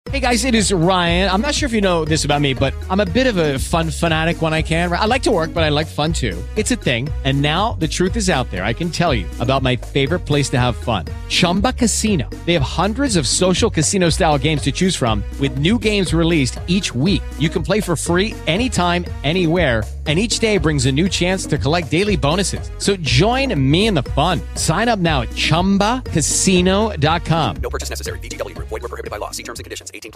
Hey guys, it is Ryan. I'm not sure if you know this about me, but I'm a bit of a fun fanatic when I can. I like to work, but I like fun too. It's a thing. And now the truth is out there. I can tell you about my favorite place to have fun. Chumba Casino. They have hundreds of social casino style games to choose from with new games released each week. You can play for free anytime, anywhere. And each day brings a new chance to collect daily bonuses. So join me in the fun. Sign up now at ChumbaCasino.com. No purchase necessary. VGW Group. Void where prohibited by law. See terms and conditions. 18+.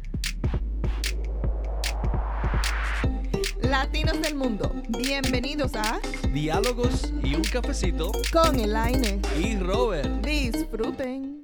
Latinos del mundo, bienvenidos a Diálogos y un cafecito Con Elaine y Robert. Disfruten.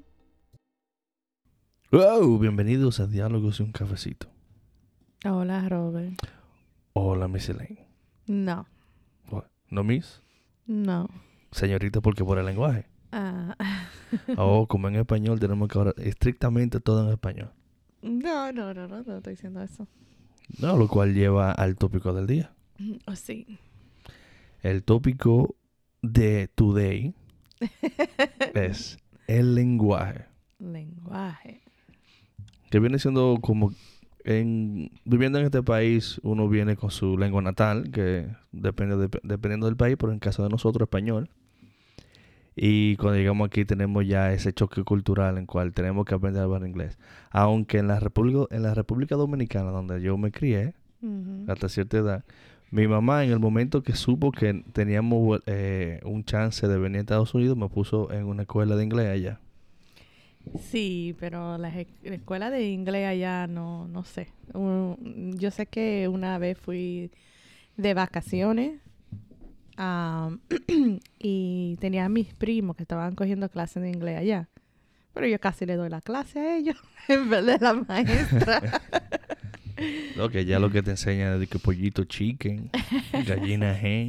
Wow, bienvenidos a Diálogos y un cafecito. Hola, Robert. Hola, Miss Elaine. No. ¿No, Miss? No. Señorita, porque por el lenguaje. Ah. Oh, como en español tenemos que ahora estrictamente todo en español. No estoy diciendo eso. No, lo cual lleva al tópico del día. Oh, sí. El tópico de today es el lenguaje. Lenguaje. Que viene siendo como viviendo en este país, uno viene con su lengua natal, que dependiendo del país, pero en caso de nosotros, español. Y cuando llegamos aquí tenemos ya ese choque cultural en cual tenemos que aprender a hablar inglés. Aunque en la República Dominicana, donde yo me crié, hasta cierta edad, mi mamá en el momento que supo que teníamos un chance de venir a Estados Unidos, me puso en una escuela de inglés allá. Sí, pero la escuela de inglés allá no sé. Yo sé que una vez fui de vacaciones y tenía a mis primos que estaban cogiendo clases de inglés allá. Pero yo casi le doy la clase a ellos en vez de la maestra. Lo que ya lo que te enseñan es que pollito chicken, gallina hen.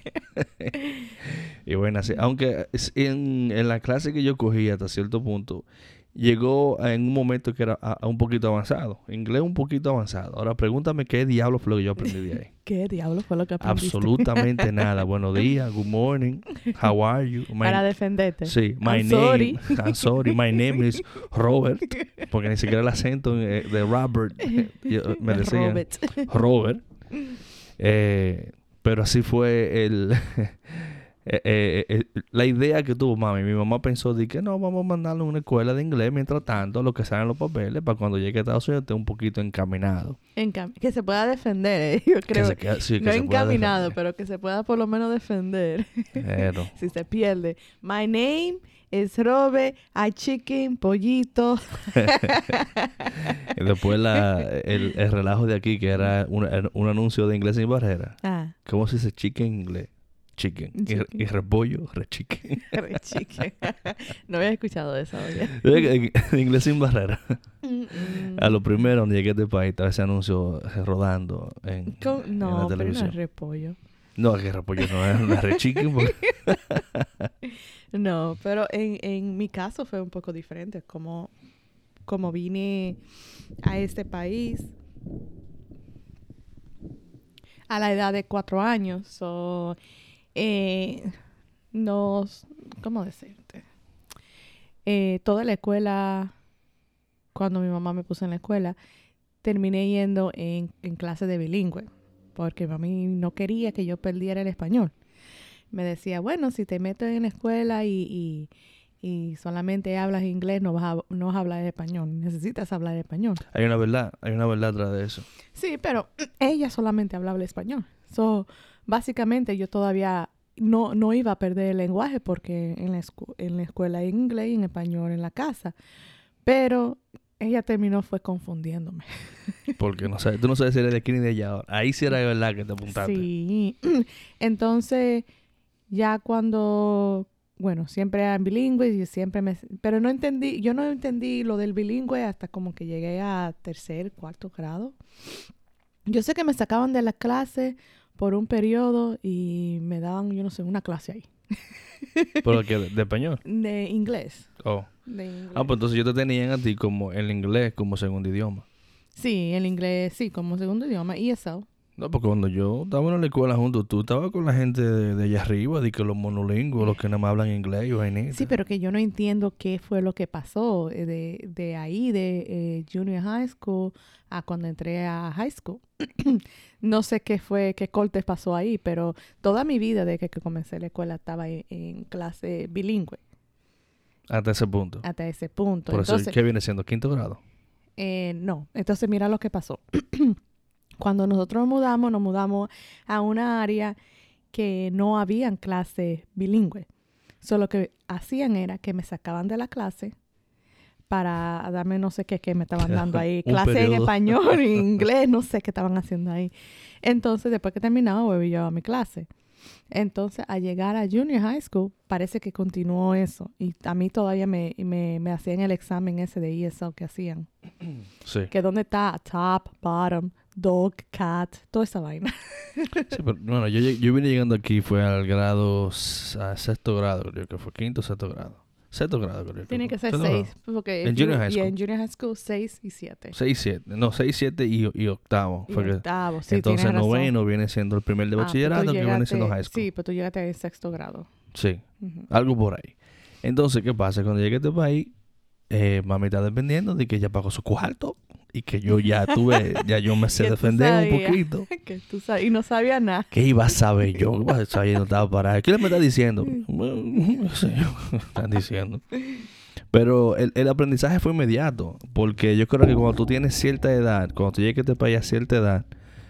Y bueno, así, aunque en la clase que yo cogí hasta cierto punto, llegó en un momento que era un poquito avanzado. Inglés un poquito avanzado. Ahora pregúntame qué diablo fue lo que yo aprendí de ahí. ¿Qué diablo fue lo que aprendiste? Absolutamente nada. Buenos días, good morning, how are you? Para defenderte. Sí, I'm sorry, my name is Robert. Porque ni siquiera el acento de Robert me decían Robert. Pero así fue la idea que tuvo mami. Mi mamá pensó de que no, vamos a mandarle a una escuela de inglés mientras tanto lo que salen los papeles para cuando llegue a Estados Unidos esté un poquito encaminado. Que se pueda defender, yo creo. Que no encaminado, pero que se pueda por lo menos defender. Pero si se pierde. My name is Robert, I chicken, pollito. Y después el relajo de aquí que era un anuncio de Inglés sin Barrera. ¿Cómo se dice chicken en inglés? Chicken. Y repollo, rechicken. Rechicken. No había escuchado eso. En Inglés sin Barrera. A lo primero donde llegué a este país estaba ese anuncio rodando en la televisión. Pero no es repollo. No, que repollo no es una rechicken. No, pero en mi caso fue un poco diferente. Como vine a este país a la edad de 4 años, ¿cómo decirte? Toda la escuela, cuando mi mamá me puso en la escuela, terminé yendo en clases de bilingüe, porque mami no quería que yo perdiera el español. Me decía, bueno, si te metes en la escuela y solamente hablas inglés, no vas a hablar español. Necesitas hablar español. Hay una verdad atrás de eso. Sí, pero ella solamente hablaba el español. Básicamente yo todavía no iba a perder el lenguaje porque en la escuela hay inglés y en español en la casa. Pero ella terminó fue confundiéndome. Porque tú no sabes si eres de aquí ni de allá ahora. Ahí sí era de verdad que te apuntaste. Sí. Entonces, ya cuando... Bueno, siempre eran bilingües y pero yo no entendí lo del bilingüe hasta como que llegué a 3er, 4º grado. Yo sé que me sacaban de la clase por un periodo y me daban, yo no sé, una clase ahí. ¿Pero qué? ¿De español? De inglés. Oh. De inglés. Pues entonces yo te tenían a ti como el inglés como segundo idioma. Sí, el inglés, sí, como segundo idioma. ESL. No, porque cuando yo estaba en la escuela junto, tú estabas con la gente de allá arriba, de que los monolingües, los que nada más hablan inglés y vainita. Sí, pero que yo no entiendo qué fue lo que pasó de ahí, de junior high school a cuando entré a high school. No sé qué fue, qué cortes pasó ahí, pero toda mi vida desde que comencé la escuela estaba en clase bilingüe Hasta ese punto. hasta ese punto. Por eso, Entonces, ¿qué viene siendo? ¿Quinto grado? no. Entonces, mira lo que pasó. Cuando nosotros nos mudamos a una área que no habían clases bilingües. Solo que hacían era que me sacaban de la clase para darme no sé qué que me estaban dando ahí. Un Clase en periodo. español, en inglés, no sé qué estaban haciendo ahí. Entonces, después que terminaba, volví yo a mi clase. Entonces, al llegar a junior high school, parece que continuó eso. Y a mí todavía me hacían el examen ese de ESL que hacían. Sí. Que dónde está top, bottom, dog, cat, toda esa vaina. Sí, pero, bueno, yo vine llegando aquí, fue al grado, a sexto grado, creo que fue quinto o sexto grado. Sexto grado, creo que Tiene fue. que ser Sexto 6. grado. Porque En junior high y school. en junior high school 6 y 7. 6, 7. No, 6, 7 y octavo. Y Fue que- octavo, sí, entonces tienes razón. noveno viene siendo el primer de Ah, bachillerato, pues tú que viene siendo llegaste- high school. Sí, pero tú llegaste en sexto grado. Sí, Ujú. algo por ahí. Entonces, ¿qué pasa? Cuando llegué a este país, mami está dependiendo de que ella pagó su cuarto y que yo ya tuve, ya yo me sé Que tú defender un sabías. poquito. Que tú sabes, y no sabía nada. ¿Qué iba a saber yo? ¿Qué iba a saber? No estaba parado. ¿Qué me está diciendo? Bueno, no sé yo. Están diciendo. Pero el aprendizaje fue inmediato. Porque yo creo que cuando tú tienes cierta edad, cuando tú llegues a este país a cierta edad,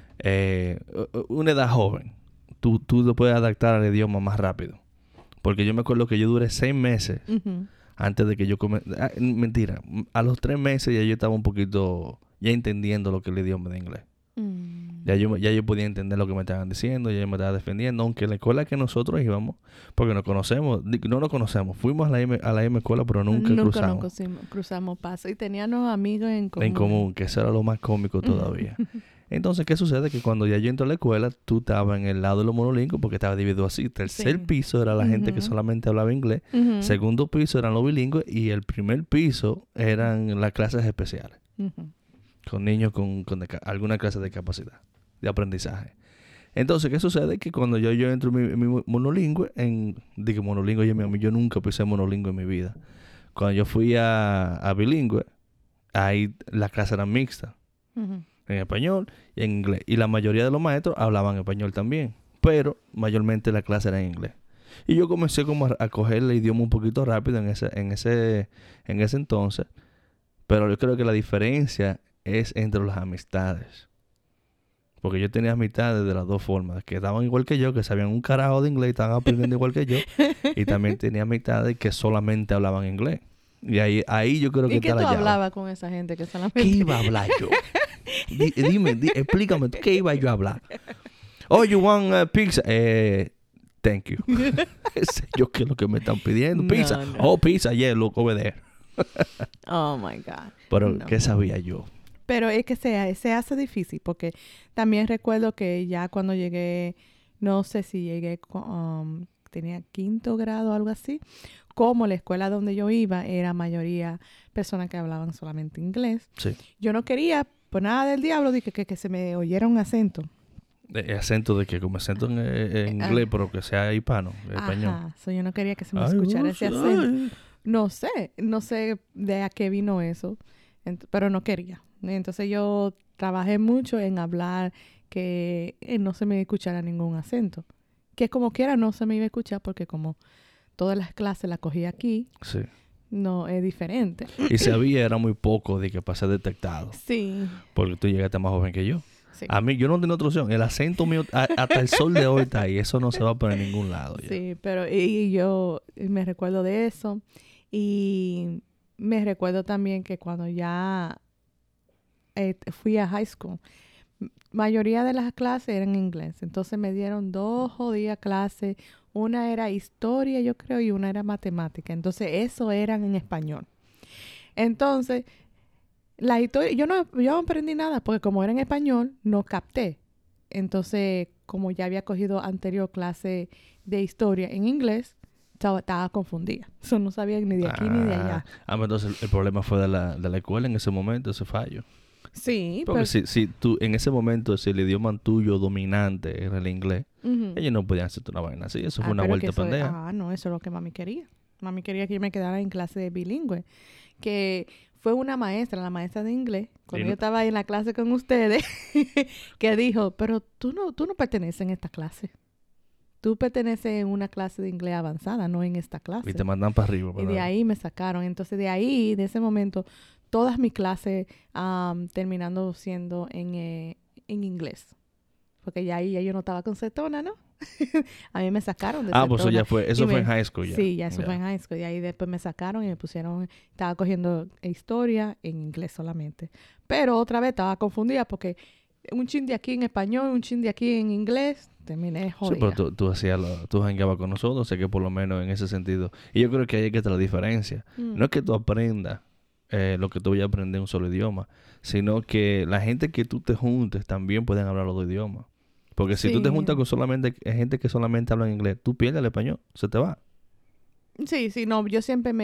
una edad joven, tú te puedes adaptar al idioma más rápido. Porque yo me acuerdo que yo duré 6 meses Ujú. antes de que yo mentira. A los 3 meses ya yo estaba un poquito ya entendiendo lo que es el idioma de inglés. Mm. Ya yo podía entender lo que me estaban diciendo, ya yo me estaba defendiendo, aunque en la escuela que nosotros íbamos, porque no nos conocemos, fuimos a la misma escuela, pero nunca cruzamos Cruzamos paso. Y teníamos amigos en común. en común, que eso era lo más cómico todavía. Entonces, ¿qué sucede? Que cuando ya yo entré a la escuela, tú estabas en el lado de los monolingües, porque estaba dividido así. Tercer Sí. piso era la gente que Ujú. solamente hablaba inglés, Ujú. segundo piso eran los bilingües, y el primer piso eran las clases especiales, Ujú. con niños con alguna clase de capacidad de aprendizaje. Entonces, ¿qué sucede? Que cuando yo entro en mi monolingüe, digo monolingüe, yo nunca pisé monolingüe en mi vida. Cuando yo fui a bilingüe, ahí las clases eran mixtas, Ujú. en español y en inglés. Y la mayoría de los maestros hablaban español también, pero mayormente la clase era en inglés. Y yo comencé como a coger el idioma un poquito rápido en ese entonces. Pero yo creo que la diferencia es entre las amistades. Porque yo tenía amistades de las dos formas, que estaban igual que yo, que sabían un carajo de inglés y estaban aprendiendo igual que yo. Y también tenía amistades que solamente hablaban inglés. Y ahí yo creo que ¿Y qué está tú la llave. hablabas con esa gente que solamente... ¿Qué iba a hablar yo? Dime, explícame, ¿qué iba yo a hablar? Oh, you want pizza? Thank you. Sé yo qué es lo que me están pidiendo. No, Pizza. no. Oh, pizza, yeah, look over there. Oh, my God. Pero, No. ¿qué sabía yo? Pero es que se hace difícil porque también recuerdo que ya cuando llegué, no sé si llegué, tenía quinto grado o algo así, como la escuela donde yo iba era mayoría personas que hablaban solamente inglés. Sí. Yo no quería, por nada del diablo, dije que se me oyera un acento. Acento de que, como acento en inglés, pero que sea hispano, español. Ajá, so yo no quería que se me Ay, escuchara no ese sé. acento. No sé de a qué vino eso, pero no quería. Entonces yo trabajé mucho en hablar que no se me escuchara ningún acento. Que como quiera no se me iba a escuchar porque como todas las clases las cogí aquí, Sí. no es diferente. Y si había, era muy poco de que pasé detectado. Sí, Porque tú llegaste más joven que yo. sí. A mí, yo no tenía otra opción. El acento mío, hasta el sol de hoy está ahí. Eso no se va a poner en ningún lado. Ya. Sí, pero y yo me recuerdo de eso. Y me recuerdo también que cuando ya fui a high school, mayoría de las clases eran en inglés. Entonces me dieron 2 jodidas clases. Una era historia, yo creo, y una era matemática. Entonces eso eran en español. Entonces, la historia, yo no aprendí nada porque como era en español, no capté. Entonces, como ya había cogido anterior clase de historia en inglés, estaba confundida. Eso no sabía ni de aquí ni de allá. Entonces el problema fue de la escuela en ese momento, ese fallo. Sí, Porque pero... si tú en ese momento, si el idioma tuyo dominante era el inglés, Ujú. ellos no podían hacerte una vaina así. Eso fue una pero que vuelta pendeja. no, eso es lo que mami quería. Mami quería que yo me quedara en clase de bilingüe. Que fue una maestra, la maestra de inglés, cuando Sí, yo estaba ahí en la clase con ustedes, que dijo, pero tú no perteneces en esta clase. Tú perteneces en una clase de inglés avanzada, no en esta clase. Y te mandan para arriba. Y ¿verdad? de ahí me sacaron. Entonces, de ahí, de ese momento, todas mis clases terminando siendo en inglés. Porque ya ahí ya yo no estaba con cetona, ¿no? A mí me sacaron de Ah, pues eso cetona. ya fue. Eso Y fue me- en high school ya. Sí, ya eso Ya. fue en high school. Y ahí después me sacaron y me pusieron, estaba cogiendo historia en inglés solamente. Pero otra vez estaba confundida porque un chin de aquí en español, un chin de aquí en inglés, terminé Sí, jodida. pero tú jangueabas con nosotros, sé que por lo menos en ese sentido. Y yo creo que ahí es que está la diferencia. No es que tú aprendas lo que tú vayas a aprender en un solo idioma, sino que la gente que tú te juntes también pueden hablar los dos idiomas. Porque si tú te Sí. juntas con solamente gente que solamente habla en inglés, tú pierdes el español, se te va. Sí, no, yo siempre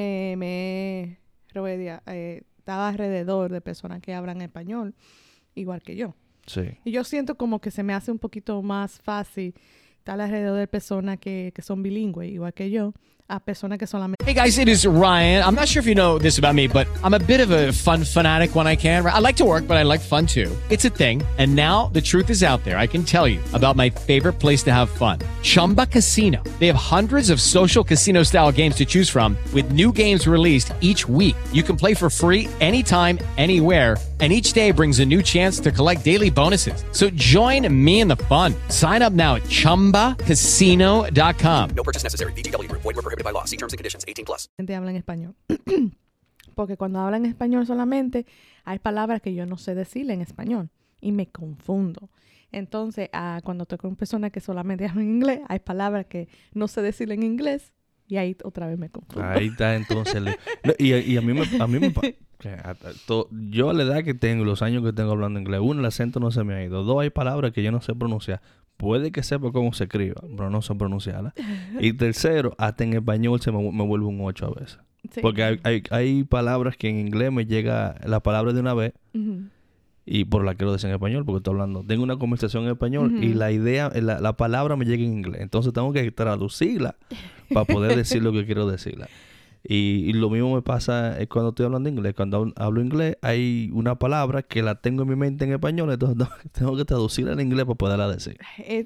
estaba alrededor de personas que hablan español, igual que yo. Sí. Y yo siento como que se me hace un poquito más fácil estar alrededor de personas que son bilingües, igual que yo, a personas que solamente... Hey guys, it is Ryan. I'm not sure if you know this about me, but I'm a bit of a fun fanatic when I can. I like to work, but I like fun too. It's a thing. And now the truth is out there. I can tell you about my favorite place to have fun. Chumba Casino. They have hundreds of social casino style games to choose from with new games released each week. You can play for free anytime, anywhere. And each day brings a new chance to collect daily bonuses. So join me in the fun. Sign up now at ChumbaCasino.com. No purchase necessary. VGW Group. Void were prohibited by law. See terms and conditions. 18 plus. hablan español. Porque cuando hablan español solamente, hay palabras que yo no sé decirle en español y me confundo. Entonces, cuando estoy con personas que solamente hablan inglés, hay palabras que no sé decirle en inglés y ahí otra vez me confundo. Ahí está entonces. No, y a mí me yo a la edad que tengo, los años que tengo hablando inglés, uno, el acento no se me ha ido. Dos, hay palabras que yo no sé pronunciar. Puede que sepa cómo se escriba, pero no sé pronunciarlas. Y tercero, hasta en español me vuelve un 8 a veces. Sí. Porque hay palabras que en inglés me llega la palabra de una vez Ujú. y por la que lo decía en español, porque estoy hablando. Tengo una conversación en español y la idea, la palabra me llega en inglés. Entonces tengo que traducirla para poder decir lo que quiero decirla. Y lo mismo me pasa cuando estoy hablando inglés. Cuando hablo inglés, hay una palabra que la tengo en mi mente en español, entonces tengo que traducirla en inglés para poderla decir.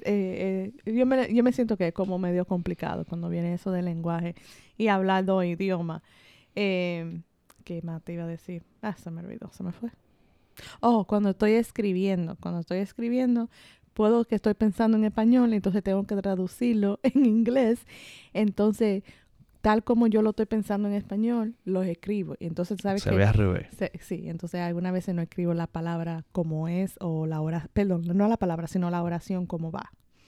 Yo me siento que es como medio complicado cuando viene eso del lenguaje y hablar dos idiomas. ¿Qué más te iba a decir? Se me olvidó, se me fue. Cuando estoy escribiendo, puedo que estoy pensando en español, entonces tengo que traducirlo en inglés. Entonces, tal como yo lo estoy pensando en español, lo escribo. Y entonces, ¿sabes Se qué? ve al revés. Sí, entonces algunas veces no escribo la palabra como es o la oración, perdón, no la palabra, sino la oración como va.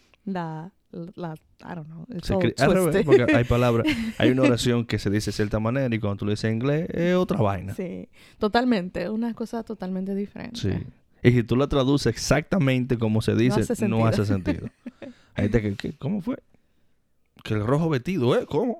I don't know. It's Se all escribe al revés, twisted. porque hay palabras, hay una oración que se dice de cierta manera y cuando tú lo dices en inglés es otra vaina. Sí, totalmente, una cosa totalmente diferente. Sí. Y si tú la traduces exactamente como se dice, no hace sentido. Ahí está ¿cómo fue? Que el rojo vestido, ¿eh? ¿Cómo?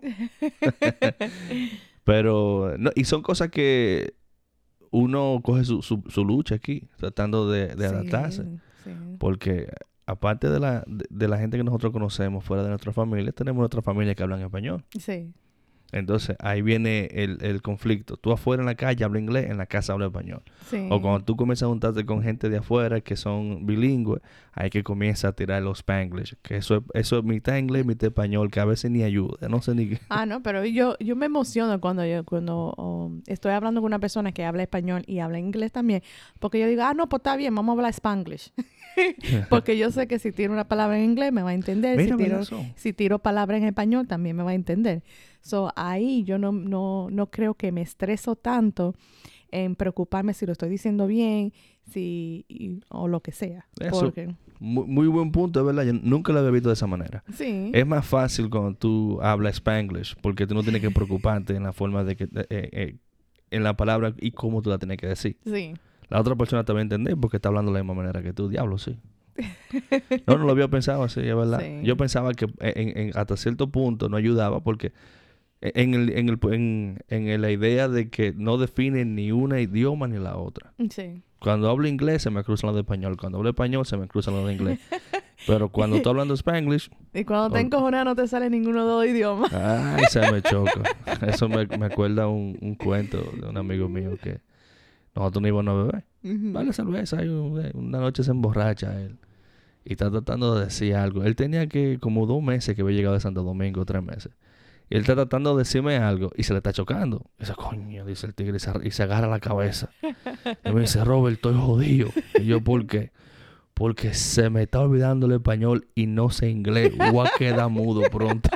Pero, no, y son cosas que uno coge su lucha aquí, tratando de adaptarse. Sí. Porque aparte de la gente que nosotros conocemos fuera de nuestra familia, tenemos otra familia que hablan español. Sí. Entonces, ahí viene el conflicto. Tú afuera en la calle hablas inglés, en la casa hablas español. Sí. O cuando tú comienzas a juntarte con gente de afuera que son bilingües, hay que comienza a tirar los Spanglish. Que eso es mitad inglés, mitad español, que a veces ni ayuda. No sé ni qué. No, pero yo me emociono cuando estoy hablando con una persona que habla español y habla inglés también. Porque yo digo, no, pues está bien, vamos a hablar Spanglish. Porque yo sé que si tiro una palabra en inglés me va a entender. Mira, Si tiro palabra en español también me va a entender. So, ahí yo no creo que me estreso tanto en preocuparme si lo estoy diciendo bien, o lo que sea. Eso, Porque, muy, muy buen punto, es verdad. Yo nunca lo había visto de esa manera. sí. Es más fácil cuando tú hablas Spanglish, porque tú no tienes que preocuparte en la forma de que en la palabra y cómo tú la tienes que decir. Sí. La otra persona te va a entender porque está hablando de la misma manera que tú. Diablo, sí. No lo había pensado así, es verdad. Sí. Yo pensaba que hasta cierto punto no ayudaba porque en la idea de que no definen ni una idioma ni la otra. Sí. Cuando hablo inglés se me cruzan los de español. Cuando hablo español se me cruzan los de inglés. Pero cuando estoy hablando Spanglish... Y cuando te encojonas no te sale ninguno de los idiomas. Ay, se me choca. Eso me acuerda un cuento de un amigo mío que nosotros no íbamos a beber. Vale cerveza. Y una noche se emborracha él. Y está tratando de decir algo. Él tenía que como 2 meses que había llegado de Santo Domingo, 3 meses. Y él está tratando de decirme algo y se le está chocando. Y dice, coño, dice el tigre, y se agarra la cabeza. Y me dice, Robert, estoy jodido. Y yo, ¿por qué? Porque se me está olvidando el español y no sé inglés. Voy a quedar mudo pronto.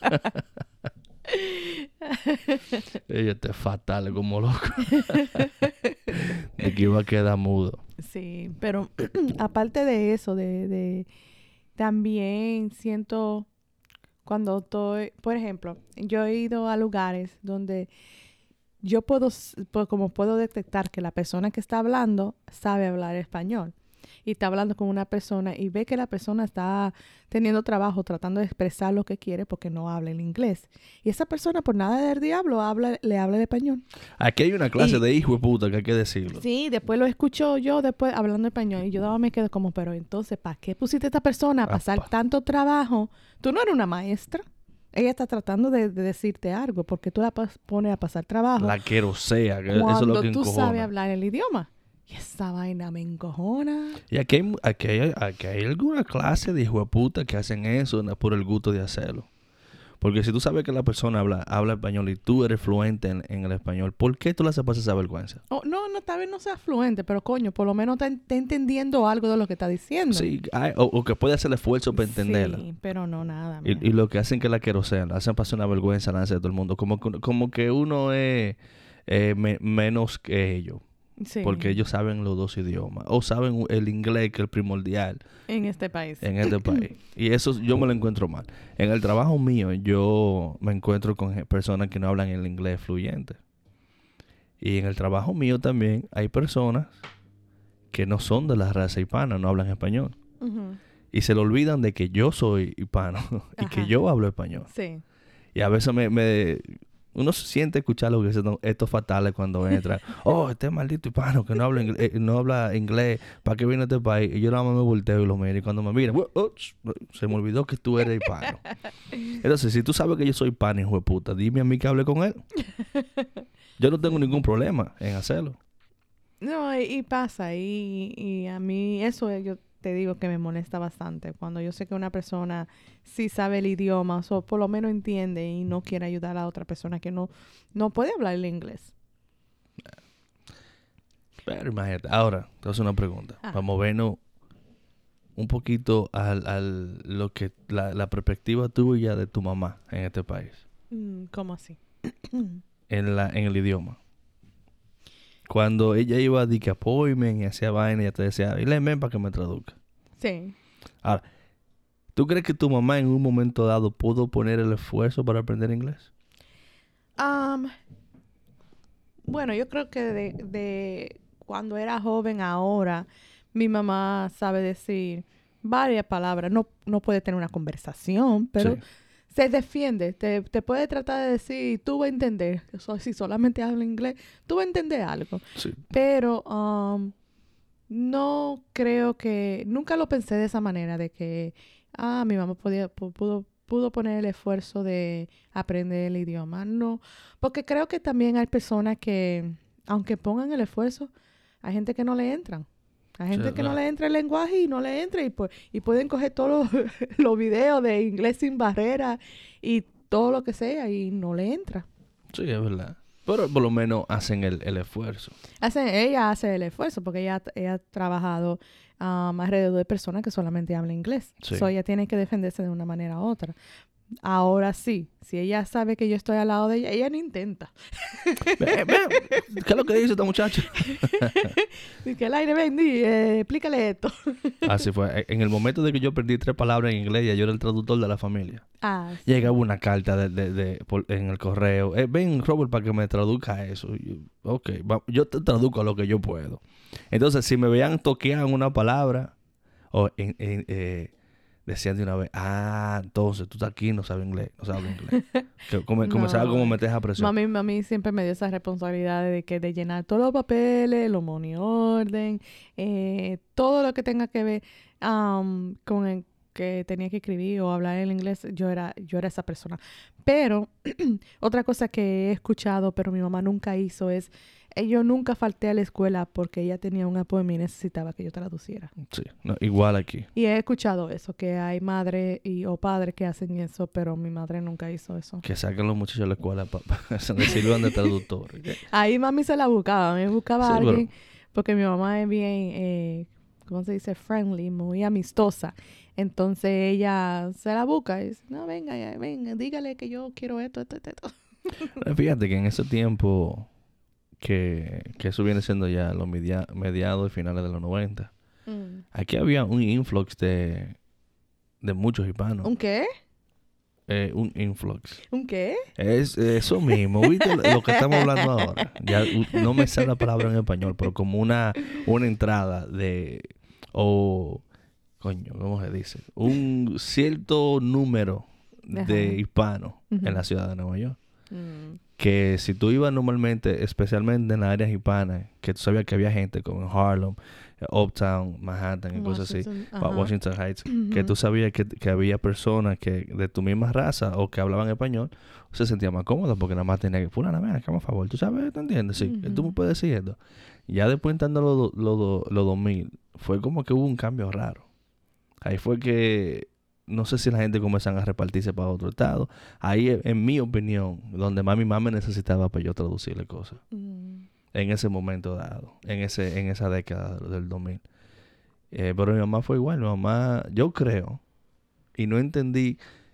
Ella está fatal como loco. De que iba a quedar mudo. Sí, pero aparte de eso, también siento cuando estoy, por ejemplo, yo he ido a lugares donde yo como puedo detectar que la persona que está hablando sabe hablar español y está hablando con una persona y ve que la persona está teniendo trabajo tratando de expresar lo que quiere porque no habla el inglés. Y esa persona, por nada del diablo, le habla el español. Aquí hay una clase de hijo de puta que hay que decirlo. Sí, después lo escucho yo después hablando español y yo me quedo como, pero entonces, ¿para qué pusiste a esta persona a pasar tanto trabajo? Tú no eres una maestra. Ella está tratando de decirte algo porque tú la pones a pasar trabajo. La quiero sea, que eso es lo que cuando tú encojona. sabes hablar el idioma. Y esa vaina me encojona. Y aquí hay alguna clase de hijo de puta que hacen eso por el gusto de hacerlo. Porque si tú sabes que la persona habla español y tú eres fluente en el español, ¿por qué tú le haces pasar esa vergüenza? Oh, no, tal vez no sea fluente, pero coño, por lo menos está entendiendo algo de lo que está diciendo. Sí, o que puede hacer el esfuerzo para entenderla. Sí, pero no nada. Y lo que hacen que la querosean, la hacen pasar una vergüenza delante de todo el mundo. Como que uno es menos que ellos. Sí. Porque ellos saben los 2 idiomas. O saben el inglés, que es el primordial. En este país. Y eso yo me lo encuentro mal. En el trabajo mío, yo me encuentro con personas que no hablan el inglés fluyente. Y en el trabajo mío también hay personas que no son de la raza hispana, no hablan español. Uh-huh. Y se le olvidan de que yo soy hispano y que yo hablo español. Sí. Y a veces uno se siente escuchar lo que dicen estos fatales cuando entran. Este maldito hispano que no habla inglés, ¿para qué viene a este país? Y yo nada más me volteo y lo miro. Y cuando me miran, se me olvidó que tú eres hispano. Entonces, si tú sabes que yo soy hispano, hijo de puta, dime a mí que hable con él. Yo no tengo ningún problema en hacerlo. No, y pasa. Y a mí eso yo te digo que me molesta bastante. Cuando yo sé que una persona sí sabe el idioma o por lo menos entiende y no quiere ayudar a otra persona que no puede hablar el inglés. Pero imagínate. Ahora, te voy a hacer una pregunta. Para movernos un poquito a lo que la perspectiva tuya de tu mamá en este país. ¿Cómo así? En el idioma. Cuando ella iba a appointment y hacía vaina, ella te decía, dile para que me traduzca. Sí. Ahora, ¿tú crees que tu mamá en un momento dado pudo poner el esfuerzo para aprender inglés? Bueno, yo creo que de cuando era joven ahora, mi mamá sabe decir varias palabras. No puede tener una conversación, pero Sí. se defiende. Te puede tratar de decir, tú vas a entender. Si solamente habla inglés, tú vas a entender algo. Sí. Pero no creo que... Nunca lo pensé de esa manera, de que mi mamá pudo poner el esfuerzo de aprender el idioma. No, porque creo que también hay personas que, aunque pongan el esfuerzo, hay gente que no le entran. Hay gente que no le entra el lenguaje y no le entra y pueden coger todos los videos de inglés sin barrera y todo lo que sea y no le entra. Sí, es verdad. Pero por lo menos hacen el esfuerzo. Ella hace el esfuerzo porque ella ha trabajado alrededor de personas que solamente hablan inglés. Sí. So, ella tiene que defenderse de una manera u otra. Ahora sí, si ella sabe que yo estoy al lado de ella no intenta. ¿Qué es lo que dice esta muchacha? Dice que el aire vendí, explícale esto. Así fue. En el momento de que yo perdí 3 palabras en inglés, ya yo era el traductor de la familia. Sí. Llegaba una carta en el correo. Ven, Robert, para que me traduzca eso. Y yo te traduzco lo que yo puedo. Entonces, si me veían toquear una palabra o decían de una vez, entonces tú estás aquí, no sabes inglés. Que comenzaba como a meter esa presión. Mami siempre me dio esa responsabilidad de llenar todos los papeles, los money orden, todo lo que tenga que ver con el que tenía que escribir o hablar en inglés, yo era esa persona. Pero otra cosa que he escuchado, pero mi mamá nunca hizo es, yo nunca falté a la escuela porque ella tenía un apoyo y necesitaba que yo traduciera. Sí, no, igual aquí. Y he escuchado eso, que hay madres o padres que hacen eso, pero mi madre nunca hizo eso. Que saquen los muchachos de la escuela para se les sirvan de traductor. Ahí mami se la buscaba. Me buscaba Sí, a alguien porque mi mamá es bien, ¿cómo se dice? Friendly, muy amistosa. Entonces ella se la busca y dice, no, venga, dígale que yo quiero esto. Fíjate que en ese tiempo que eso viene siendo ya los mediados y finales de los 90, aquí había un influx de muchos hispanos. ¿Un qué? Un influx. ¿Un qué? Es eso mismo, ¿viste? Lo que estamos hablando ahora. Ya no me sale la palabra en español, pero como una entrada de... ¿cómo se dice? Un cierto número de hispanos en la ciudad de Nueva York. Que si tú ibas normalmente, especialmente en las áreas hispanas, que tú sabías que había gente como en Harlem, Uptown, Manhattan y cosas así, Washington Heights, que tú sabías que había personas que de tu misma raza o que hablaban español, se sentían más cómodos porque nada más tenía que, fulana, ven, por favor, tú sabes, ¿te entiendes? Sí, tú me puedes decir esto. Ya después entrando los 2000, fue como que hubo un cambio raro. Ahí fue que no sé si la gente comenzó a repartirse para otro estado. Ahí, en mi opinión, donde más mi mamá me necesitaba para yo traducirle cosas. En ese momento dado. En esa década del 2000. Pero mi mamá fue igual. Mi mamá, yo creo, y no entendí,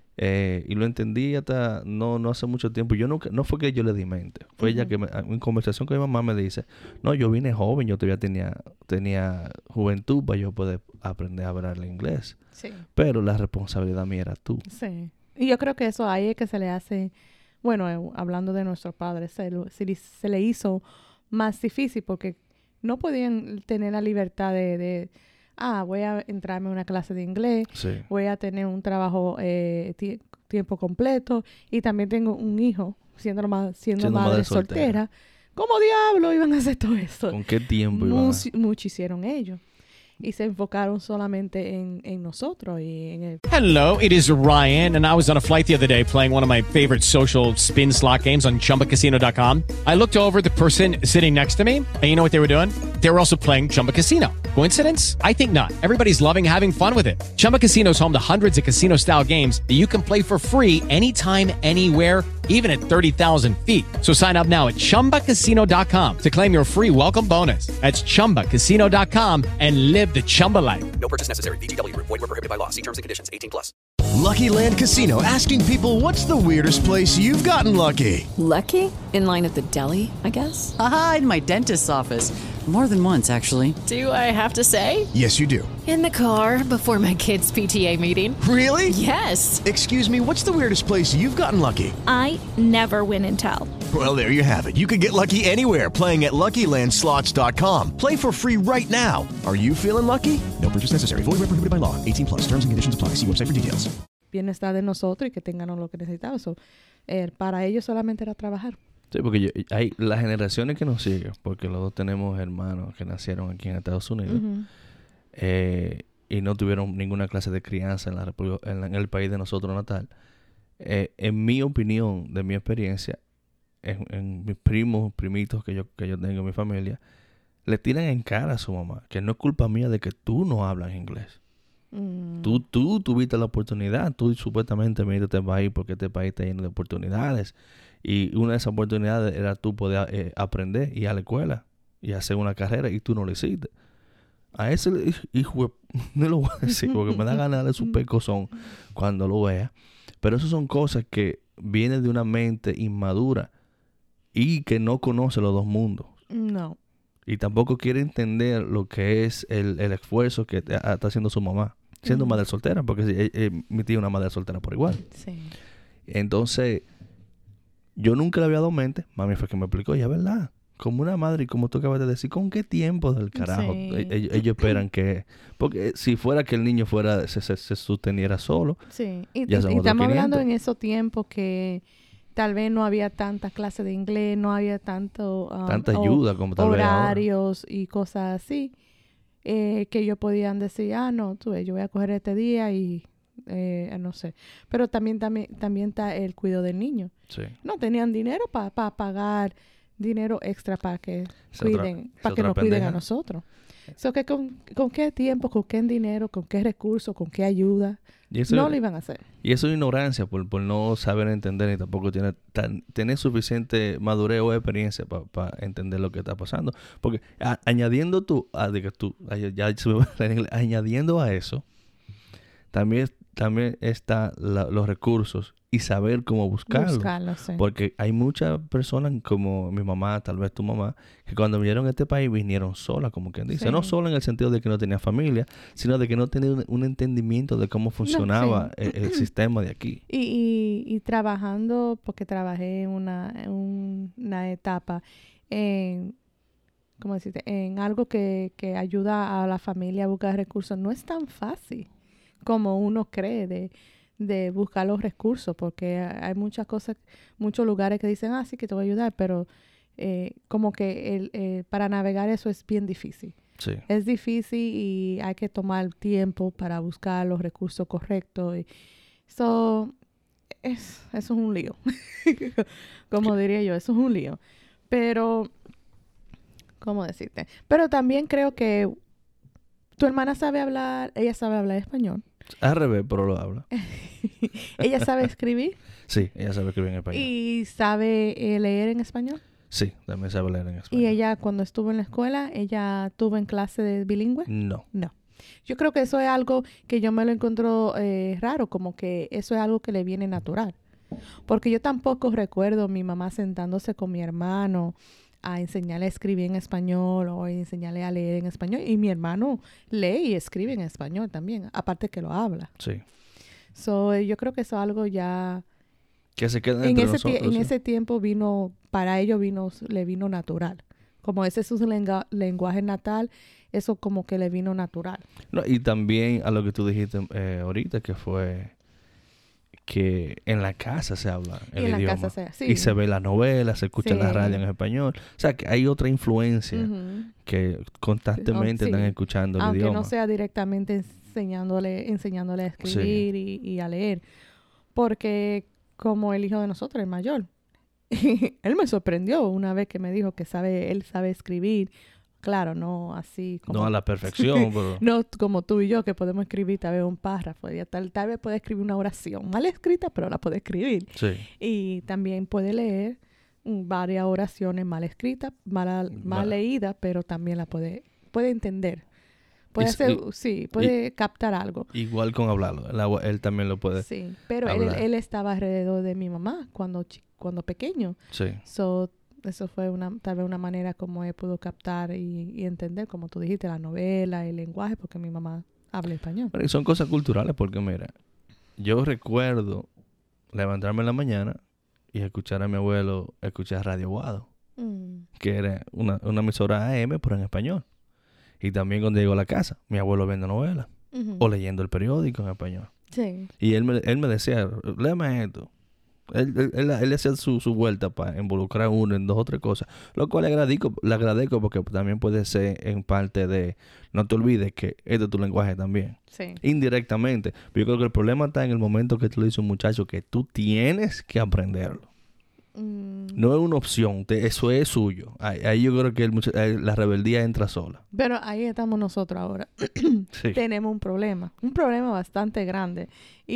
y lo entendí hasta no hace mucho tiempo. Yo nunca, no fue que yo le di mente. Fue ella que en conversación con mi mamá me dice, no, yo vine joven, yo todavía tenía juventud para yo poder aprender a hablar el inglés. Sí. Pero la responsabilidad mía era tú. Sí. Y yo creo que eso ahí es que se le hace, bueno, hablando de nuestros padres, se le hizo más difícil porque no podían tener la libertad de voy a entrarme a una clase de inglés, voy a tener un trabajo tiempo completo y también tengo un hijo, siendo madre soltera. ¿Cómo diablo iban a hacer todo eso? ¿Con qué tiempo iban a...? Mucho hicieron ellos. Y se enfocaron solamente en nosotros y en el... Hello, it is Ryan, and I was on a flight the other day playing one of my favorite social spin slot games on ChumbaCasino.com. I looked over at the person sitting next to me, and you know what they were doing? They were also playing Chumba Casino. Coincidence? I think not. Everybody's loving having fun with it. Chumba Casino is home to hundreds of casino-style games that you can play for free anytime, anywhere, even at 30,000 feet. So sign up now at ChumbaCasino.com to claim your free welcome bonus. That's ChumbaCasino.com and live the Chumba life. No purchase necessary. VGW Group. Void where prohibited by law. See terms and conditions. 18+. Lucky Land Casino, asking people, what's the weirdest place you've gotten lucky? Lucky? In line at the deli, I guess? Aha, in my dentist's office. More than once, actually. Do I have to say? Yes, you do. In the car before my kids' PTA meeting. Really? Yes. Excuse me, what's the weirdest place you've gotten lucky? I never win and tell. Well, there you have it. You can get lucky anywhere, playing at LuckyLandSlots.com. Play for free right now. Are you feeling lucky? No purchase necessary. Void where prohibited by law. 18+. Terms and conditions apply. See website for details. Bienestar de nosotros y que tengan lo que necesitamos. So, para ellos solamente era trabajar. Sí, porque hay las generaciones que nos siguen, porque los dos tenemos hermanos que nacieron aquí en Estados Unidos y no tuvieron ninguna clase de crianza en el país de nosotros natal. En mi opinión, de mi experiencia, en mis primitos que yo tengo en mi familia, le tiran en cara a su mamá que no es culpa mía de que tú no hablas inglés. Tú tuviste la oportunidad, tú supuestamente viniste a este país porque este país está lleno de oportunidades y una de esas oportunidades era tú poder aprender, ir a la escuela y hacer una carrera y tú no lo hiciste. A ese hijo no lo voy a decir porque me da ganas de darle su pecozón cuando lo vea, pero esas son cosas que vienen de una mente inmadura y que no conoce los dos mundos. No. Y tampoco quiere entender lo que es el esfuerzo que está haciendo su mamá. Siendo madre soltera, porque mi tía es una madre soltera por igual. Sí. Entonces, yo nunca le había dado mente. Mami fue que me explicó, y es verdad. como una madre y como tú acabas de decir, ¿con qué tiempo del carajo ellos esperan que... Porque si fuera que el niño se sosteniera solo, sí. Y ya son otros estamos 500. hablando en esos tiempos que tal vez no había tanta clase de inglés, no había tanta ayuda como tal vez ahora. horarios y cosas así, que ellos podían decir, no, tú ves, yo voy a coger este día y no sé. Pero también está el cuidado del niño. Sí. No tenían dinero para pagar dinero extra para que cuiden, para que nos cuiden a nosotros. So que con qué tiempo, con qué dinero, con qué recursos, con qué ayuda, no lo iban a hacer. Y eso es ignorancia por no saber entender y tampoco tener suficiente madurez o experiencia para entender lo que está pasando. Porque añadiendo añadiendo a eso, también están los recursos y saber cómo buscarlos. Sí. Porque hay muchas personas como mi mamá, tal vez tu mamá, que cuando vinieron a este país vinieron solas, como quien dice. Sí. No solo en el sentido de que no tenía familia, sino de que no tenía un entendimiento de cómo funcionaba el sistema de aquí. Y trabajando, porque trabajé en una etapa en... ¿Cómo decirte? En algo que ayuda a la familia a buscar recursos. No es tan fácil como uno cree de buscar los recursos, porque hay muchas cosas, muchos lugares que dicen, sí que te voy a ayudar, pero como que para navegar eso es bien difícil. Sí. Es difícil y hay que tomar tiempo para buscar los recursos correctos. Eso es un lío. Como diría yo, eso es un lío. Pero, ¿cómo decirte? Pero también creo que tu hermana ella sabe hablar español. Al revés, pero lo habla. ¿Ella sabe escribir? Sí, ella sabe escribir en español. ¿Y sabe leer en español? Sí, también sabe leer en español. ¿Y ella, cuando estuvo en la escuela, ella tuvo en clase de bilingüe? No. Yo creo que eso es algo que yo me lo encuentro raro, como que eso es algo que le viene natural. Porque yo tampoco recuerdo a mi mamá sentándose con mi hermano a enseñarle a escribir en español o a enseñarle a leer en español. Y mi hermano lee y escribe en español también, aparte que lo habla. Sí. Yo creo que eso es algo ya... Que se queda entre nosotros. En ese tiempo para ellos le vino natural. Como ese es su lenguaje natal, eso como que le vino natural. No, y también a lo que tú dijiste ahorita, que fue que en la casa se habla el idioma. Y se ve las novelas, se escucha la radio en español. O sea, que hay otra influencia que constantemente están escuchando el idioma. Aunque no sea directamente enseñándole a escribir y a leer. Porque como el hijo de nosotros, el mayor, él me sorprendió una vez que me dijo que él sabe escribir. Claro, no así como... No a la perfección, pero... No como tú y yo, que podemos escribir tal vez un párrafo. Tal vez puede escribir una oración mal escrita, pero la puede escribir. Sí. Y también puede leer varias oraciones mal escritas, mal leídas, pero también la puede entender. Puede captar algo. Igual con hablarlo. Él también lo puede. Sí, pero él estaba alrededor de mi mamá cuando pequeño. Sí. Eso fue tal vez una manera como él pudo captar y entender, como tú dijiste, la novela, el lenguaje, porque mi mamá habla español. Pero y son cosas culturales, porque mira, yo recuerdo levantarme en la mañana y escuchar a mi abuelo escuchar Radio Guado, que era una emisora AM, pero en español. Y también cuando llego a la casa, mi abuelo viendo novelas o leyendo el periódico en español. Sí. Y él me decía, léeme esto. Él hacía su vuelta para involucrar a uno en 2 o 3 cosas, lo cual le agradezco porque también puede ser en parte de, no te olvides que este es tu lenguaje también. Sí. Indirectamente. Pero yo creo que el problema está en el momento que tú le dices a un muchacho que tú tienes que aprenderlo. No es una opción, eso es suyo. Ahí yo creo que la rebeldía entra sola. Pero ahí estamos nosotros ahora. Sí. Tenemos un problema bastante grande.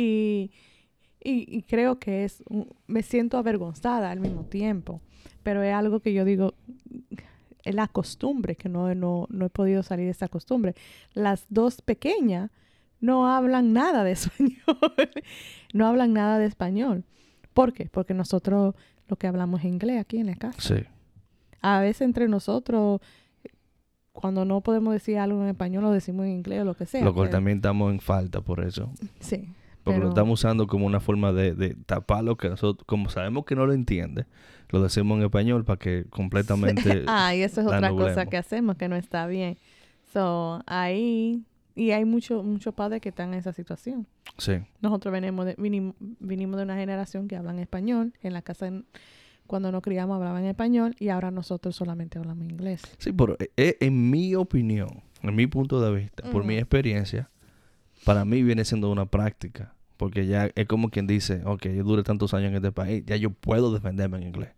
Y creo que me siento avergonzada al mismo tiempo. Pero es algo que yo digo, es la costumbre, que no he podido salir de esa costumbre. Las 2 pequeñas no hablan nada de español. No hablan nada de español. ¿Por qué? Porque nosotros lo que hablamos es inglés aquí en la casa. Sí. A veces entre nosotros, cuando no podemos decir algo en español, lo decimos en inglés o lo que sea. Lo cual también estamos en falta por eso. Sí. Porque Pero- lo estamos usando como una forma de tapar lo que nosotros, como sabemos que no lo entiende, lo decimos en español para que completamente Y eso es la otra cosa nublemos. que hacemos que no está bien. So, ahí... Y hay muchos padres que están en esa situación. Sí. Nosotros vinimos de una generación que hablan español. En la casa, cuando nos criamos, hablaban español. Y ahora nosotros solamente hablamos inglés. Sí, pero en mi opinión, en mi punto de vista, por mi experiencia, para mí viene siendo una práctica. Porque ya es como quien dice, ok, yo duré tantos años en este país, ya yo puedo defenderme en inglés.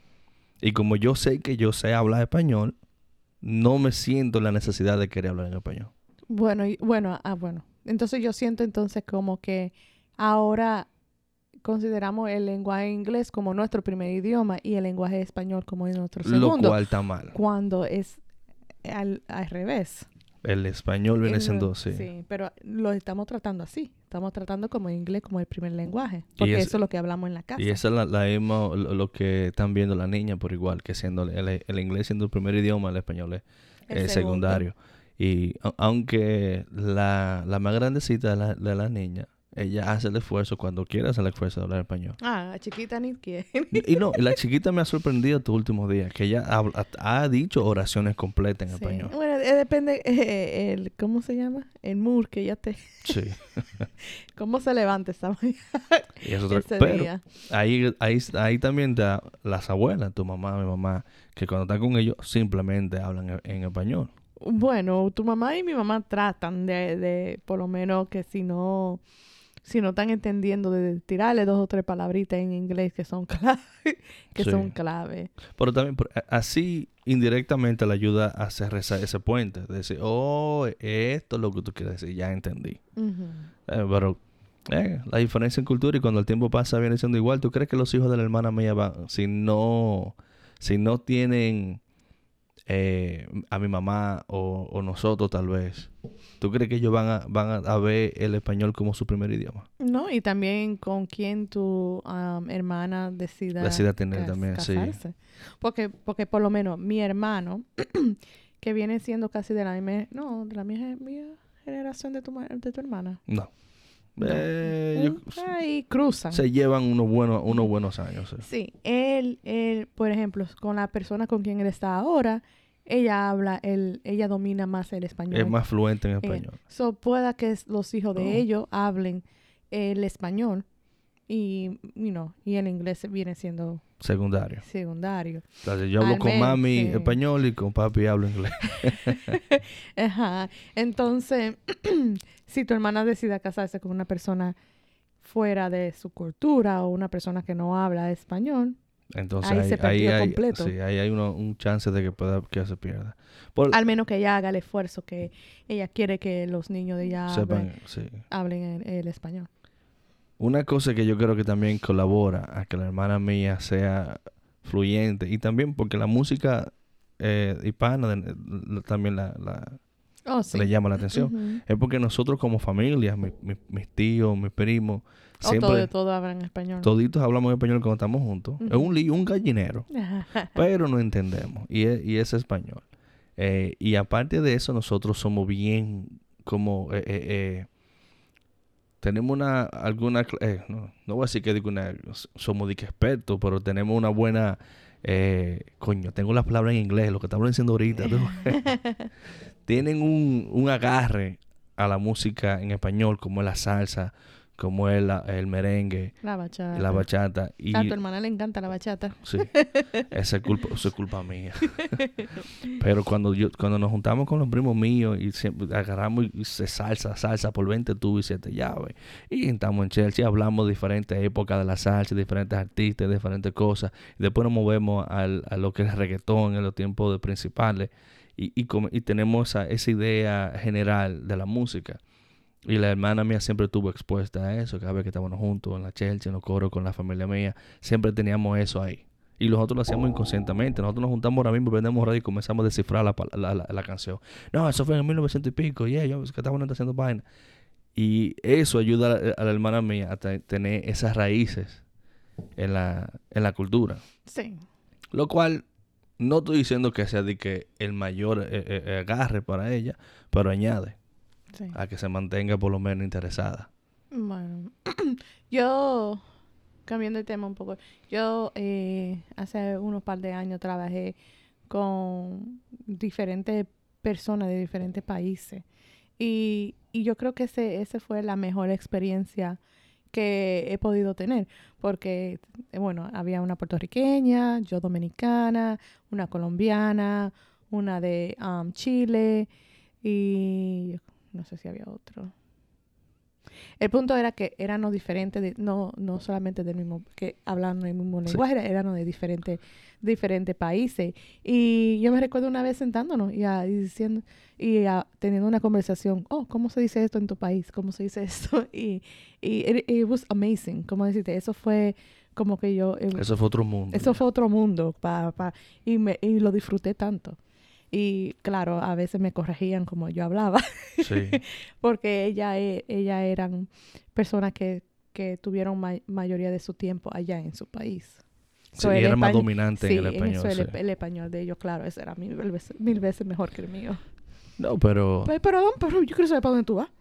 Y como yo sé que yo sé hablar español, no me siento la necesidad de querer hablar en español. Bueno. Entonces yo siento como que ahora consideramos el lenguaje inglés como nuestro primer idioma y el lenguaje español como nuestro segundo. Lo cual está mal. Cuando es al revés. El español viene siendo, sí. Sí, pero lo estamos tratando así. Estamos tratando como inglés como el primer lenguaje. Porque eso es lo que hablamos en la casa. Y esa es la misma, lo que están viendo las niñas por igual, que siendo el inglés siendo el primer idioma, el español es El secundario. Y aunque la más grandecita de la niña, ella hace el esfuerzo cuando quiere hacer el esfuerzo de hablar español. La chiquita ni quiere. Y la chiquita me ha sorprendido estos últimos días, que ella ha dicho oraciones completas en español. Bueno, depende, ¿cómo se llama? El mood que ella te... Sí. ¿Cómo se levanta esa mañana? Y es otra, Ese pero día. ahí también está las abuelas, tu mamá, mi mamá, que cuando están con ellos simplemente hablan en español. Bueno, tu mamá y mi mamá tratan de por lo menos que si no están entendiendo, de tirarle 2 o 3 palabritas en inglés que son clave, Sí. son clave. Pero también así indirectamente le ayuda a hacer ese puente. De decir, oh, esto es lo que tú quieres decir, ya entendí. Ujú. Pero la diferencia en cultura y cuando el tiempo pasa viene siendo igual. ¿Tú crees que los hijos de la hermana mía van, si no tienen a mi mamá o nosotros tal vez, tú crees que ellos van a ver el español como su primer idioma? No, y también con quién tu hermana decida tener también, sí. casarse. Porque por lo menos mi hermano, que viene siendo casi de la misma generación de tu hermana. No. Ahí cruzan. Se llevan unos buenos años. Sí, él, por ejemplo, con la persona con quien él está ahora, ella domina más el español. Es más fluente en español. Pueda que los hijos de ellos hablen el español y el inglés viene siendo secundario. Entonces, yo hablo con mami español y con papi hablo inglés. Ajá. Entonces, si tu hermana decide casarse con una persona fuera de su cultura o una persona que no habla español, entonces ahí se perdió completo. Sí, ahí hay un chance de que se pierda. Al menos que ella haga el esfuerzo que ella quiere que los niños de ella hablen el español. Una cosa que yo creo que también colabora a que la hermana mía sea fluyente, y también porque la música hispana también le llama la atención, Uh-huh. es porque nosotros como familia, mis tíos, mis primos, siempre todos hablan español. Toditos hablamos español cuando estamos juntos. Uh-huh. Es un lío, un gallinero, pero no entendemos, y es español. Y aparte de eso, nosotros somos bien como... tenemos no voy a decir que somos expertos, pero tenemos una buena, tengo las palabras en inglés, lo que estamos diciendo ahorita, tienen un agarre a la música en español, como es la salsa, como es el merengue, la bachata. Y a tu hermana le encanta la bachata. Sí, eso es culpa mía. Pero cuando nos juntamos con los primos míos y siempre agarramos y salsa por 20 tubos y 7 llaves, y estamos en Chelsea, hablamos de diferentes épocas de la salsa, diferentes artistas, diferentes cosas, y después nos movemos a lo que es reggaetón en los tiempos principales, y tenemos esa idea general de la música. Y la hermana mía siempre estuvo expuesta a eso. Cada vez que estábamos juntos en la Chelsea, en los coros, con la familia mía, siempre teníamos eso ahí. Y nosotros lo hacíamos inconscientemente. Nosotros nos juntamos ahora mismo, prendemos radio y comenzamos a descifrar la canción. No, eso fue en 1900 y pico. Yo que estábamos haciendo vaina. Y eso ayuda a la hermana mía a tener esas raíces en la cultura. Sí. Lo cual, no estoy diciendo que sea de que el mayor agarre para ella, pero añade a que se mantenga por lo menos interesada. Bueno, yo, cambiando el tema un poco, yo hace unos par de años trabajé con diferentes personas de diferentes países y yo creo que ese fue la mejor experiencia que he podido tener, porque, bueno, había una puertorriqueña, yo dominicana, una colombiana, una de Chile y no sé si había otro. El punto era que éramos diferentes, no solamente del mismo, que hablaban el mismo lenguaje, éramos de diferentes países. Y yo me recuerdo una vez sentándonos y diciendo, teniendo una conversación, ¿cómo se dice esto en tu país? ¿Cómo se dice esto? Y it was amazing, ¿cómo decirte? Eso fue como que eso fue otro mundo. Eso fue otro mundo, y lo disfruté tanto. Y claro, a veces me corregían como yo hablaba. Sí. Porque ella eran personas que tuvieron mayoría de su tiempo allá en su país. Sí, y era más dominante en el español. Eso, el español de ellos, claro, ese era mil veces mejor que el mío. No, pero yo quiero saber para dónde tú vas.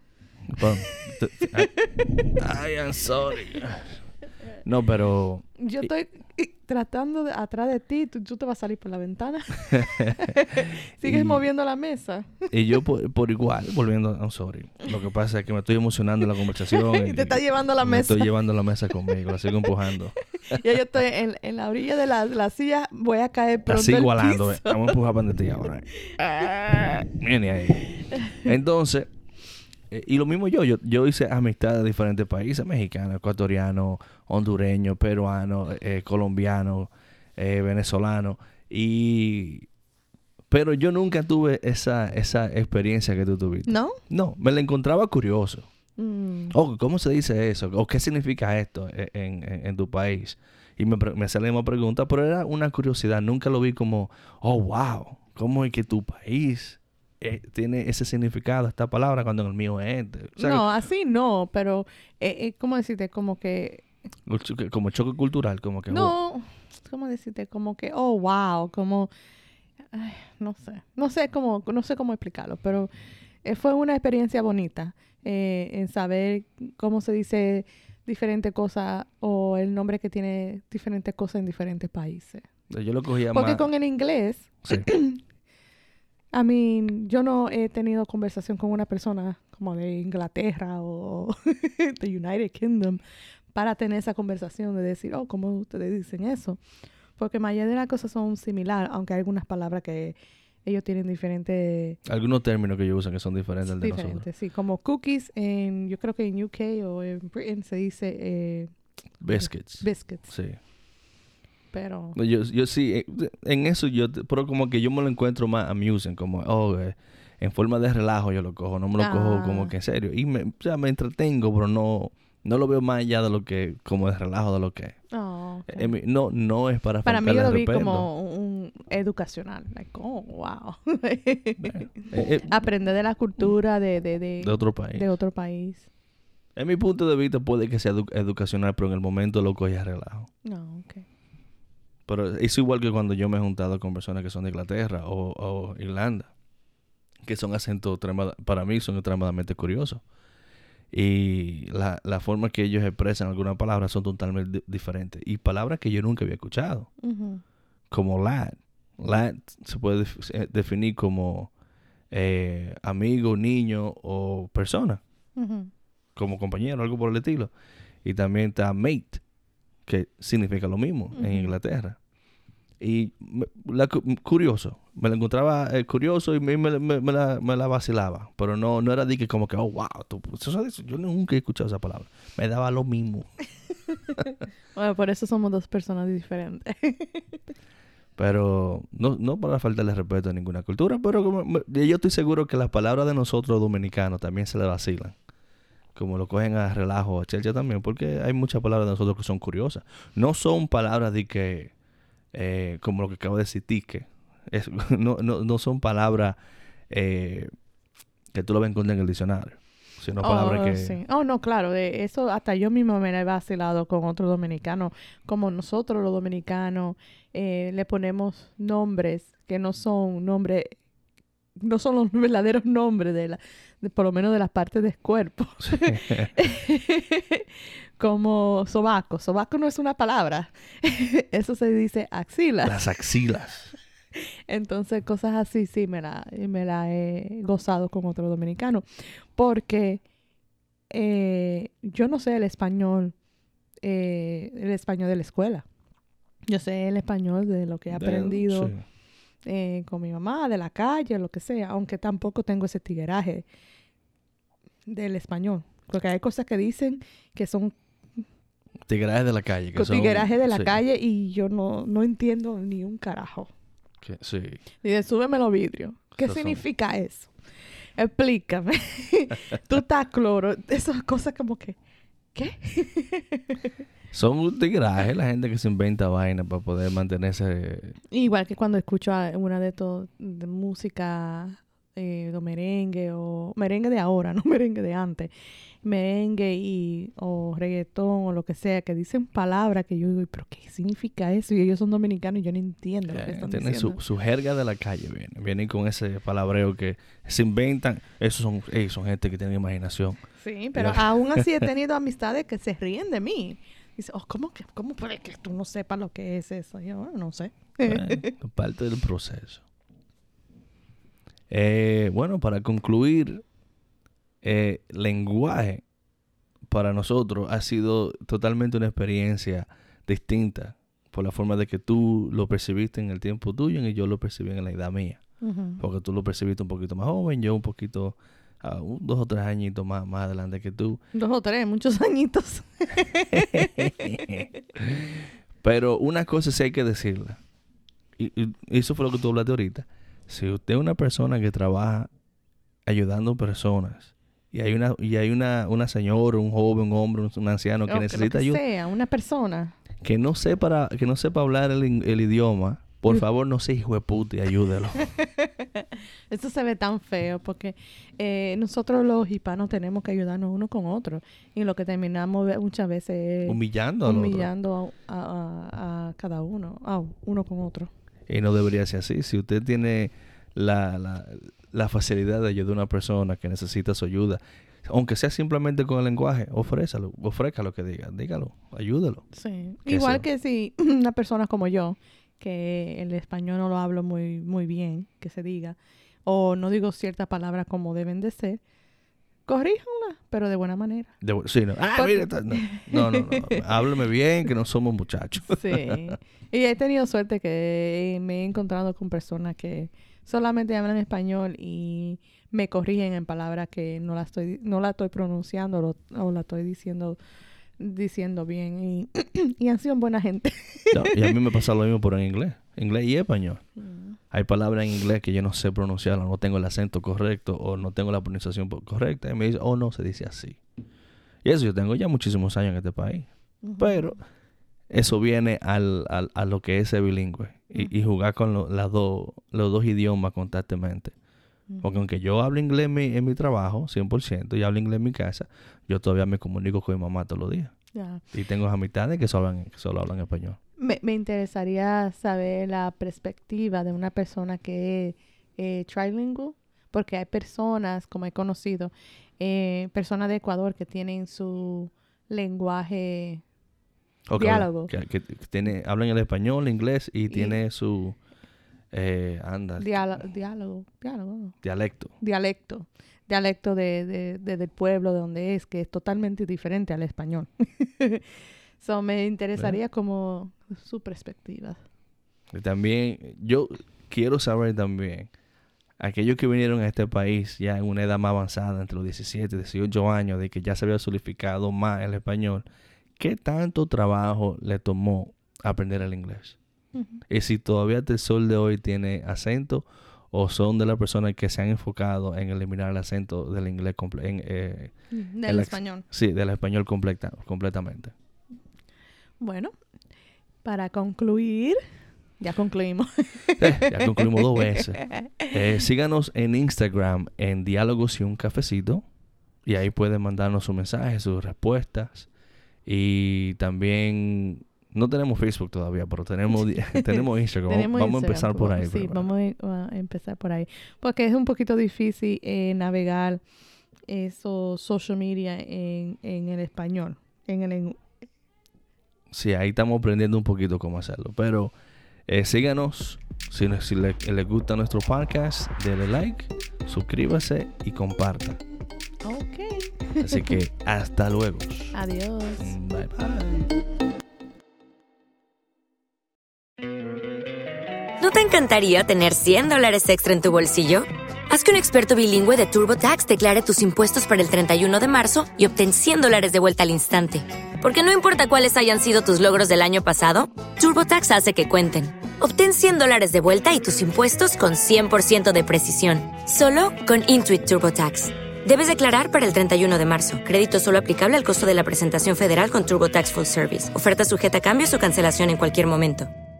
I'm sorry. No, pero... Yo estoy tratando atrás de ti, tú te vas a salir por la ventana. Sigues moviendo la mesa. Y yo por igual, volviendo, I'm sorry. Lo que pasa es que me estoy emocionando en la conversación. Y te está llevando a la mesa. Me estoy llevando a la mesa conmigo, la sigo empujando. Ya yo estoy en la orilla de la silla, voy a caer pronto. Así igualando, vamos a empujar para ti ahora. Viene ahí. Entonces... y lo mismo yo hice amistad de diferentes países, mexicano, ecuatoriano, hondureño, peruano, colombiano, venezolano. Pero yo nunca tuve esa experiencia que tú tuviste. ¿No? No, me la encontraba curioso. ¿Cómo se dice eso? ¿O qué significa esto en tu país? Y me salen más preguntas, pero era una curiosidad. Nunca lo vi como, wow, ¿cómo es que tu país... tiene ese significado, esta palabra, cuando en el mío es este? O sea, no, así no, pero ¿cómo decirte? Como que... como choque cultural, como que... No, ¿cómo decirte? Como que, wow, como... Ay, no sé cómo explicarlo, pero fue una experiencia bonita en saber cómo se dice diferentes cosas o el nombre que tiene diferentes cosas en diferentes países. Yo lo cogía porque más... con el inglés... Sí. yo no he tenido conversación con una persona como de Inglaterra o de United Kingdom para tener esa conversación de decir, ¿cómo ustedes dicen eso? Porque mayoría de las cosas son similares, aunque hay algunas palabras que ellos tienen diferentes... Algunos términos que ellos usan que son diferentes al de nosotros. Sí, como cookies, yo creo que en UK o en Britain se dice... biscuits. Biscuits. Sí. Pero... Yo sí, en eso pero como que yo me lo encuentro más amusing, como, en forma de relajo yo lo cojo, no me lo cojo como que en serio. Y me entretengo, pero no lo veo más allá de lo que, como de relajo de lo que es. Okay. No es para mí yo lo vi respeto. como un educacional, like, wow. Aprender de la cultura de otro país. De otro país. En mi punto de vista puede que sea educacional, pero en el momento lo coge a relajo. No, okay. Pero es igual que cuando yo me he juntado con personas que son de Inglaterra o Irlanda, que son acentos, para mí son extremadamente curiosos. Y la forma que ellos expresan algunas palabras son totalmente diferentes. Y palabras que yo nunca había escuchado. Uh-huh. Como lad. Lad se puede definir como amigo, niño o persona. Uh-huh. Como compañero, algo por el estilo. Y también está mate, que significa lo mismo en Inglaterra. Y curioso. Me la encontraba curioso y me la vacilaba. Pero no era de que como que, wow. Yo nunca he escuchado esa palabra. Me daba lo mismo. Bueno, por eso somos dos personas diferentes. Pero no para faltarle respeto a ninguna cultura. Pero yo estoy seguro que las palabras de nosotros dominicanos también se le vacilan. Como lo cogen a relajo a Chelcha también. Porque hay muchas palabras de nosotros que son curiosas. No son palabras de que... como lo que acabo de decir, tique. No son palabras que tú lo vas a encontrar en el diccionario, sino palabras que... Sí. No, claro, de eso hasta yo mismo me he vacilado con otros dominicanos. Como nosotros los dominicanos le ponemos nombres que no son nombres no son los verdaderos nombres por lo menos de las partes del cuerpo. Sí. Como sobaco. Sobaco no es una palabra. Eso se dice axila. Las axilas. Entonces, cosas así sí me la he gozado con otro dominicano. Porque yo no sé el español de la escuela. Yo sé el español de lo que he aprendido con mi mamá, de la calle, lo que sea. Aunque tampoco tengo ese tigueraje del español. Porque hay cosas que dicen que son Tiguerajes de la calle. tigueraje de la calle y yo no entiendo ni un carajo. Sí. Dice, súbeme los vidrios. ¿Qué significa eso? Explícame. Tú estás cloro. Esas cosas como que... ¿Qué? Son un tigueraje la gente que se inventa vainas para poder mantenerse... Igual que cuando escucho una de música de merengue o... Merengue de ahora, no merengue de antes. Merengue o reggaetón o lo que sea, que dicen palabras que yo digo, ¿pero qué significa eso? Y ellos son dominicanos y yo no entiendo lo que están tienen diciendo. su jerga de la calle, vienen con ese palabreo que se inventan. Esos son gente que tiene imaginación. Sí, pero aún así he tenido amistades que se ríen de mí. Dice, ¿cómo puede que tú no sepas lo que es eso? Y yo, bueno, no sé. Parte del proceso. Bueno, para concluir, lenguaje para nosotros ha sido totalmente una experiencia distinta por la forma de que tú lo percibiste en el tiempo tuyo y yo lo percibí en la edad mía. Uh-huh. Porque tú lo percibiste un poquito más joven, yo un poquito, 2 o 3 añitos más adelante que tú. 2 o 3, muchos añitos. Pero una cosa sí hay que decirla. Y eso fue lo que tú hablaste ahorita. Si usted es una persona que trabaja ayudando personas y hay una señora, un joven, un hombre, un anciano que necesita ayuda, sea, una persona que no sepa hablar el idioma, por favor no sea hijo de puta y ayúdelo. Eso se ve tan feo porque nosotros los hispanos tenemos que ayudarnos uno con otro y lo que terminamos muchas veces es humillando a cada uno, uno con otro. Y no debería ser así. Si usted tiene la facilidad de ayudar a una persona que necesita su ayuda, aunque sea simplemente con el lenguaje, ofrezca lo que diga, dígalo, ayúdelo. Sí. Igual que si una persona como yo, que el español no lo hablo muy, muy bien, que se diga, o no digo ciertas palabras como deben de ser, corríjanla, pero de buena manera. Sí, no. Mire, no. Hábleme bien, que no somos muchachos. Sí. Y he tenido suerte que me he encontrado con personas que solamente hablan español y me corrigen en palabras que no la estoy pronunciando o la estoy diciendo bien y han sido buena gente. No, y a mí me pasa lo mismo pero en inglés y español. Hay palabras en inglés que yo no sé pronunciarlas, no tengo el acento correcto o no tengo la pronunciación correcta y me dice, no, se dice así. Y eso yo tengo ya muchísimos años en este país. Uh-huh. Pero eso viene a lo que es ser bilingüe y jugar con los dos idiomas constantemente. Porque aunque yo hablo inglés en mi trabajo, 100%, y hablo inglés en mi casa, yo todavía me comunico con mi mamá todos los días. Yeah. Y tengo amistades que solo hablan español. Me interesaría saber la perspectiva de una persona que es trilingual, porque hay personas, como he conocido, personas de Ecuador que tienen su lenguaje diálogo. Que hablan el español, el inglés y tiene su... Dialecto del pueblo de donde es, que es totalmente diferente al español. Me interesaría como su perspectiva. Y también, yo quiero saber también, aquellos que vinieron a este país ya en una edad más avanzada, entre los 17 y 18 años, de que ya se había solidificado más el español, ¿qué tanto trabajo le tomó aprender el inglés? Uh-huh. Y si todavía hasta el sol de hoy tiene acento o son de las personas que se han enfocado en eliminar el acento del inglés del español. Sí, del español completamente. Bueno, para concluir, ya concluimos. Ya concluimos 2 veces. Síganos en Instagram en Diálogos y un Cafecito y ahí pueden mandarnos sus mensajes, sus respuestas y también No tenemos Facebook todavía, pero tenemos Instagram. Vamos a empezar por ahí. Sí, vamos a empezar por ahí. Porque es un poquito difícil navegar esos social media en el español. Sí, ahí estamos aprendiendo un poquito cómo hacerlo. Pero síganos. Si les gusta nuestro podcast, denle like, suscríbase y compartan. Ok. Así que hasta luego. Adiós. Bye bye. ¿No te encantaría tener $100 extra en tu bolsillo? Haz que un experto bilingüe de TurboTax declare tus impuestos para el 31 de marzo y obtén $100 de vuelta al instante. Porque no importa cuáles hayan sido tus logros del año pasado, TurboTax hace que cuenten. Obtén $100 de vuelta y tus impuestos con 100% de precisión. Solo con Intuit TurboTax. Debes declarar para el 31 de marzo. Crédito solo aplicable al costo de la presentación federal con TurboTax Full Service. Oferta sujeta a cambios o cancelación en cualquier momento.